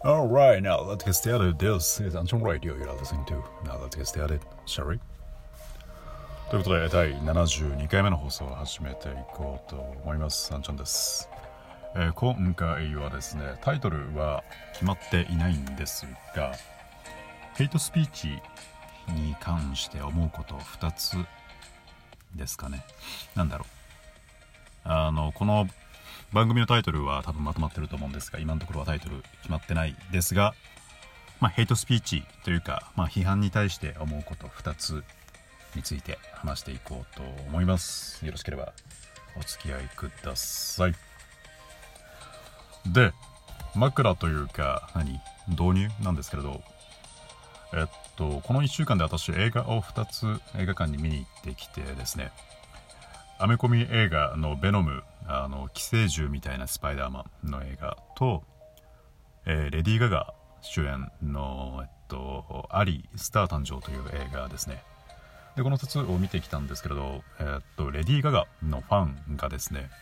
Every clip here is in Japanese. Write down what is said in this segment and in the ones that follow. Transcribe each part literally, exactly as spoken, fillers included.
Alright, now let's get started. This is Anton Radio you're listening to. Now let's get started, shall we? ということで、だいななじゅうにかいめの放送を始めていこうと思います。アンチョンです。えー、今回はですね、タイトルは決まっていないんですが、ヘイトスピーチに関して思うことふたつですかね。なんだろう。あの、この番組のタイトルは多分まとまってると思うんですが、今のところはタイトル決まってないですが、まあ、ヘイトスピーチというか、まあ、批判に対して思うことふたつについて話していこうと思います。よろしければお付き合いください。で、枕というか何導入なんですけれど、えっとこのいっしゅうかんで私映画をふたつ映画館に見に行ってきてですね、アメコミ映画のベノム、あの寄生獣みたいなスパイダーマンの映画と、えー、レディー・ガガ主演の、えっと、アリスター誕生という映画ですね。でこのふたつを見てきたんですけれど、えー、っとレディー・ガガのファンがですね、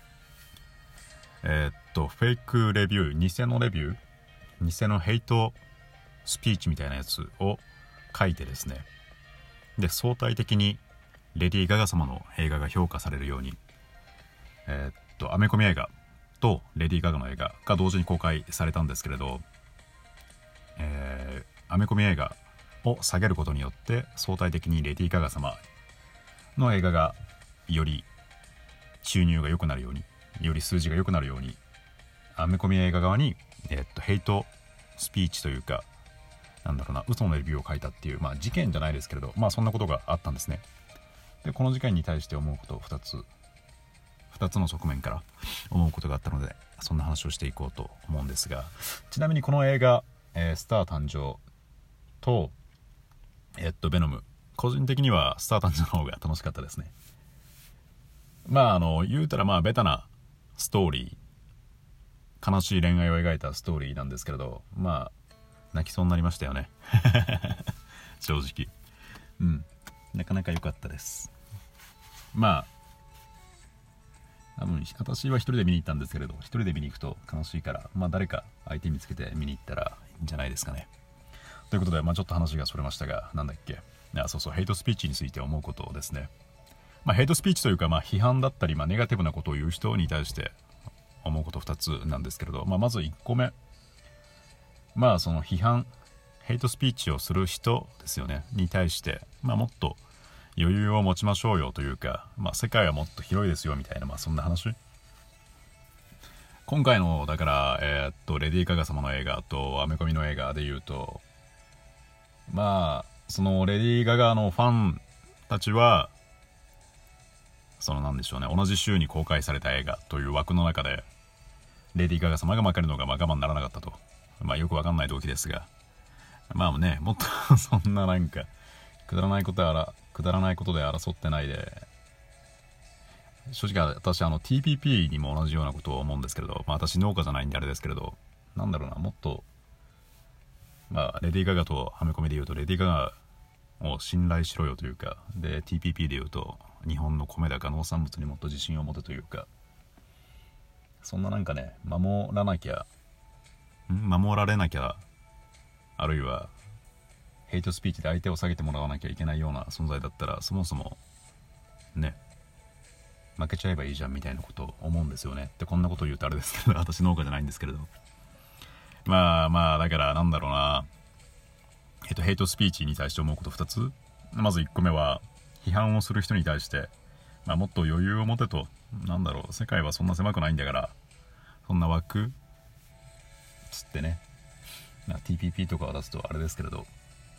えー、っとフェイクレビュー、偽のレビュー、偽のヘイトスピーチみたいなやつを書いてですね、で相対的にレディー・ガガ様の映画が評価されるように、えー、っとアメコミ映画とレディー・ガガの映画が同時に公開されたんですけれど、えー、アメコミ映画を下げることによって相対的にレディー・ガガ様の映画がより収入が良くなるように、より数字が良くなるようにアメコミ映画側に、えー、っとヘイトスピーチというか、なんだろうな、嘘のレビューを書いたっていう、まあ事件じゃないですけれど、まあそんなことがあったんですね。でこの事件に対して思うことふたつふたつの側面から思うことがあったので、そんな話をしていこうと思うんですが、ちなみにこの映画、えー、スター誕生とえっとベノム、個人的にはスター誕生の方が楽しかったですね。まああの言うたらまあベタなストーリー、悲しい恋愛を描いたストーリーなんですけれど、まあ泣きそうになりましたよね正直。うんなかなか良かったです。まあ多分私は一人で見に行ったんですけれど、一人で見に行くと悲しいから、まあ誰か相手見つけて見に行ったらいいんじゃないですかね。ということで、まあちょっと話がそれましたが、なんだっけ、あそうそうヘイトスピーチについて思うことですね。まあヘイトスピーチというか、まあ批判だったり、まあネガティブなことを言う人に対して思うことふたつなんですけれど、まあまずいっこめ、まあその批判、ヘイトスピーチをする人ですよねに対して、まあもっと余裕を持ちましょうよというか、まあ世界はもっと広いですよみたいな、まあそんな話。今回のだからえー、っとレディー・ガガ様の映画とアメコミの映画で言うと、まあそのレディー・ガガのファンたちはそのなんでしょうね、同じ週に公開された映画という枠の中でレディー・ガガ様が負けるのがまあ我慢ならなかったと、まあよくわかんない動機ですが、まあね、もっとそんななんかくだらないことあらくだらないことで争ってないで、正直私あの ティーピーピー にも同じようなことを思うんですけれど、まあ私農家じゃないんであれですけれど、なんだろうな、もっとまあレディー・ガガとアメコミで言うとレディー・ガガを信頼しろよというか、で ティーピーピー で言うと日本の米高農産物にもっと自信を持てというか、そんななんかね、守らなきゃん守られなきゃ、あるいはヘイトスピーチで相手を下げてもらわなきゃいけないような存在だったら、そもそもね負けちゃえばいいじゃんみたいなことを思うんですよね。でこんなことを言うとあれですけど私農家じゃないんですけれど、まあまあだからなんだろうな、えっとヘイトスピーチに対して思うことふたつ。まずいっこめは批判をする人に対して、まあ、もっと余裕を持てと、なんだろう、世界はそんな狭くないんだから、そんな枠つってね、まあ、ティーピーピー とかを出すとあれですけれど、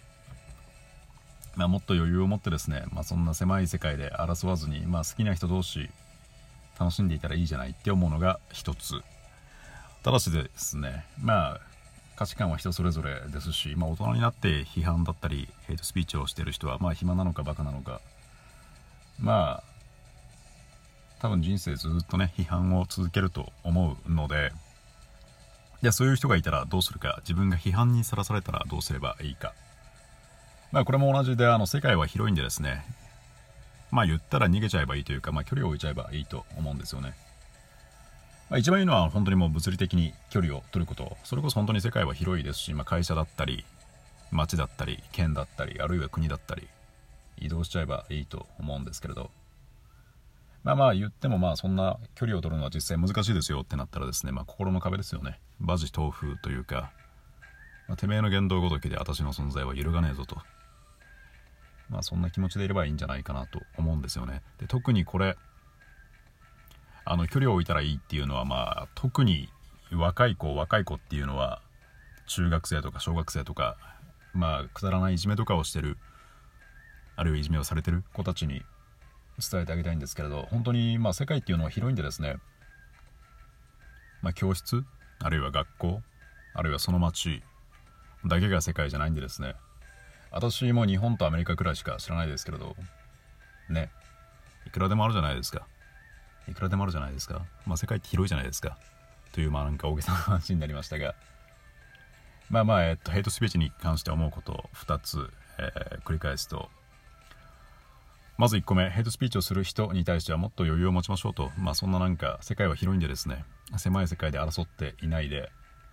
まあ、もっと余裕を持ってですね、まあ、そんな狭い世界で争わずに、まあ、好きな人同士楽しんでいたらいいじゃないって思うのが一つ。ただしですね、まあ価値観は人それぞれですし、まあ、大人になって批判だったりヘイトスピーチをしている人はまあ暇なのかバカなのか、まあ多分人生ずっとね批判を続けると思うので、じゃあそういう人がいたらどうするか、自分が批判にさらされたらどうすればいいか。まあこれも同じで、あの世界は広いんでですね、まあ言ったら逃げちゃえばいいというか、まあ距離を置いちゃえばいいと思うんですよね。 まあ、一番いいのは本当にもう物理的に距離を取ること。それこそ本当に世界は広いですし、まあ、会社だったり町だったり県だったりあるいは国だったり移動しちゃえばいいと思うんですけれど、まあまあ言ってもまあそんな距離を取るのは実際難しいですよってなったらですね、まあ心の壁ですよね。馬耳東風というか、まあ、てめえの言動ごときで私の存在は揺るがねえぞと、まあそんな気持ちでいればいいんじゃないかなと思うんですよね。で特にこれあの距離を置いたらいいっていうのは、まあ特に若い子若い子っていうのは中学生とか小学生とか、まあくだらないいじめとかをしてる、あるいはいじめをされてる子たちに伝えてあげたいんですけれど、本当にまあ世界っていうのは広いんでですね、まあ、教室あるいは学校あるいはその町だけが世界じゃないんでですね、私も日本とアメリカくらいしか知らないですけれどね、いくらでもあるじゃないですかいくらでもあるじゃないですか。まあ世界って広いじゃないですかという、まあなんか大げさな話になりましたが、まあまあ、えっと、ヘイトスピーチに関して思うことをふたつ、えー、繰り返すと、まずいっこめ、ヘイトスピーチをする人に対してはもっと余裕を持ちましょうと。まあそんななんか世界は広いんでですね、狭い世界で争っていないで、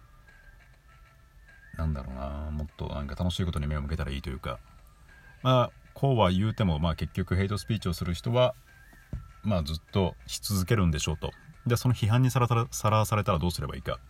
なんだろうな、もっとなんか楽しいことに目を向けたらいいというか、まあこうは言うても、まあ結局ヘイトスピーチをする人はまあずっとし続けるんでしょうと。でその批判にさらさらされたらどうすればいいか、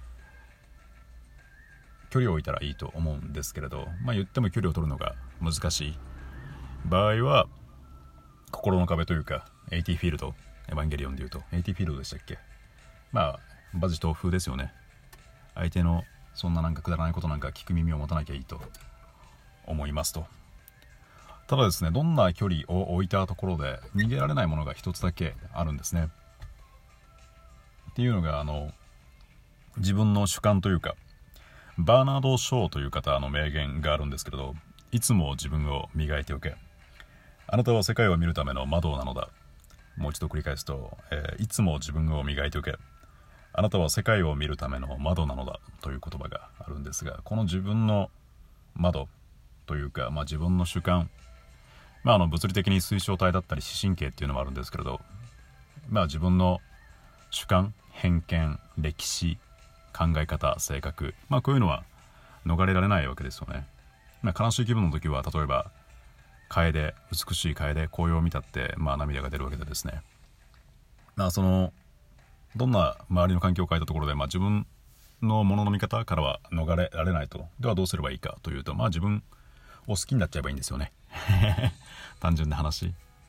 距離を置いたらいいと思うんですけれど、まあ言っても距離を取るのが難しい場合は心の壁というか エーティー フィールド、エヴァンゲリオンでいうと エーティー フィールドでしたっけ。まあ馬耳東風ですよね。相手のそんななんかくだらないことなんか聞く耳を持たなきゃいいと思いますと。ただですね、どんな距離を置いたところで逃げられないものが一つだけあるんですね。っていうのがあの自分の主観というか、バーナード・ショーという方の名言があるんですけれど、いつも自分を磨いておけ、あなたは世界を見るための窓なのだ。もう一度繰り返すと、えー、いつも自分を磨いておけ、あなたは世界を見るための窓なのだという言葉があるんですが、この自分の窓というか、まあ、自分の主観、まあ、あの物理的に水晶体だったり視神経っていうのもあるんですけれど、まあ、自分の主観、偏見、歴史、考え方、性格、まあこういうのは逃れられないわけですよね。まあ、悲しい気分の時は例えば楓、美しい楓、紅葉を見たって、まあ、涙が出るわけでですね、まあそのどんな周りの環境を変えたところで、まあ、自分のものの見方からは逃れられないと。ではどうすればいいかというと、まあ自分を好きになっちゃえばいいんですよね単純な話、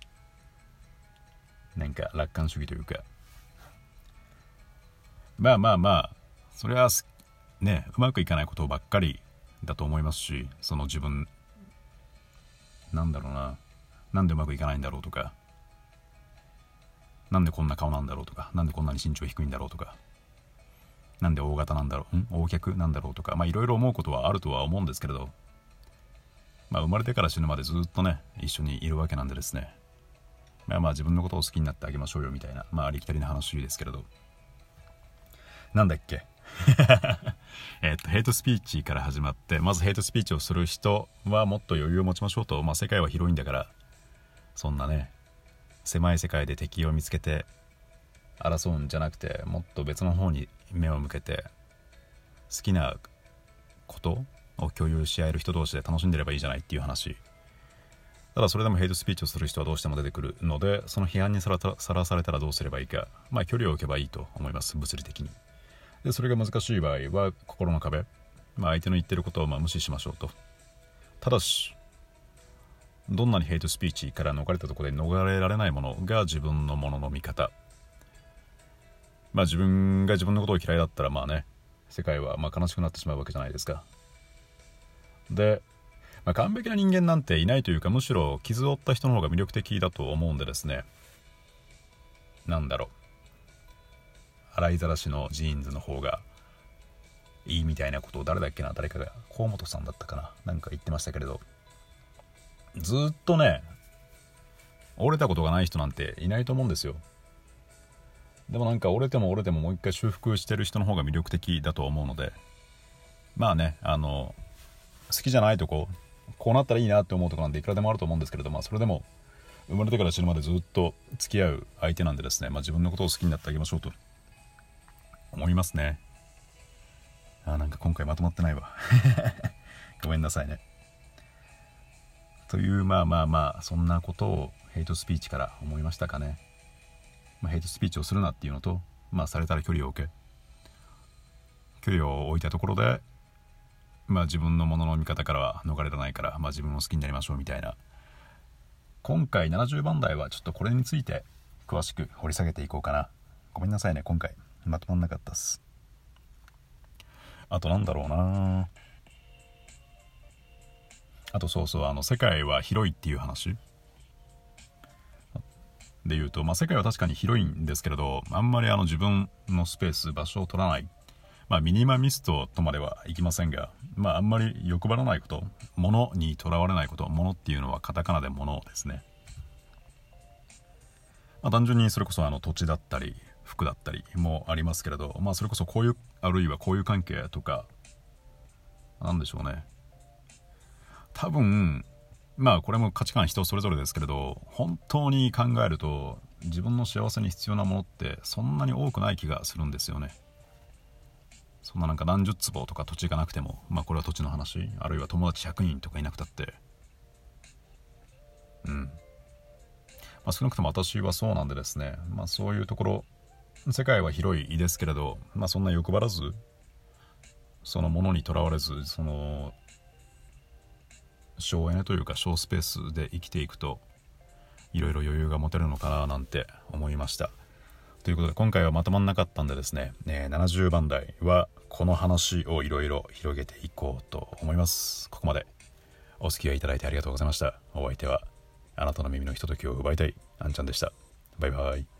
なんか楽観主義というか、まあまあまあそれはね、うまくいかないことばっかりだと思いますし、その自分なんだろうな、なんでうまくいかないんだろうとか、なんでこんな顔なんだろうとか、なんでこんなに身長低いんだろうとか、なんで大型なんだろう、ん大脚なんだろうとか、まあいろいろ思うことはあるとは思うんですけれど、まあ生まれてから死ぬまでずっとね一緒にいるわけなんでですね、まあまあ自分のことを好きになってあげましょうよみたいな、まあありきたりな話ですけれど、なんだっけえっとヘイトスピーチから始まって、まずヘイトスピーチをする人はもっと余裕を持ちましょうと。まあ世界は広いんだから、そんなね狭い世界で敵を見つけて争うんじゃなくて、もっと別の方に目を向けて好きなことを共有し合える人同士で楽しんでればいいじゃないっていう話。ただそれでもヘイトスピーチをする人はどうしても出てくるので、その批判にさらさらされたらどうすればいいか、まあ距離を置けばいいと思います、物理的に。でそれが難しい場合は心の壁、まあ、相手の言ってることをまあ無視しましょうと。ただしどんなにヘイトスピーチから逃れたところで逃れられないものが自分のものの見方。まあ自分が自分のことを嫌いだったらまあね、世界はまあ悲しくなってしまうわけじゃないですか。で、まあ、完璧な人間なんていないというか、むしろ傷を負った人の方が魅力的だと思うんでですね、なんだろう、洗いざらしのジーンズの方がいいみたいなことを誰だっけな、誰かが河本さんだったかな、なんか言ってましたけれど、ずっとね折れたことがない人なんていないと思うんですよ。でもなんか折れても折れてももう一回修復してる人の方が魅力的だと思うので、まあね、あの好きじゃないとこ、こうなったらいいなって思うとこなんていくらでもあると思うんですけれど、まあそれでも生まれてから死ぬまでずっと付き合う相手なんでですね、まあ自分のことを好きになってあげましょうと。 思いますね。あ、なんか今回まとまってないわごめんなさいね。というまあまあまあそんなことをヘイトスピーチから思いましたかね。まあ、ヘイトスピーチをするなっていうのと、まあされたら距離を置け、距離を置いたところでまあ自分のものの見方からは逃れられないから、まあ自分を好きになりましょうみたいな。今回ななじゅうばん台はちょっとこれについて詳しく掘り下げていこうかな。ごめんなさいね、今回まとまんなかったっす。あとなんだろうなあとそうそう、あの世界は広いっていう話で言うと、まあ世界は確かに広いんですけれど、あんまりあの自分のスペース場所を取らない、まあミニマミストとまではいきませんが、まああんまり欲張らないこと、物にとらわれないこと、物っていうのはカタカナで物ですね。まあ、単純にそれこそあの土地だったり服だったりもありますけれど、まあそれこそこういうあるいはこういう関係とかなんでしょうね。多分まあこれも価値観人それぞれですけれど、本当に考えると自分の幸せに必要なものってそんなに多くない気がするんですよね。そんななんか何十坪とか土地がなくても、まあこれは土地の話、あるいは友達ひゃくにんとかいなくたってうんまあ、少なくとも私はそうなんでですね、まあ、そういうところ世界は広いですけれど、まあ、そんな欲張らずそのものにとらわれず、その省エネというか省スペースで生きていくといろいろ余裕が持てるのかななんて思いました。ということで今回はまとまんなかったんでですね、えー、ななじゅうばん台はこの話をいろいろ広げていこうと思います。ここまでお付き合いいただいてありがとうございました。お相手はあなたの耳のひとときを奪いたいあんちゃんでした。バイバイ。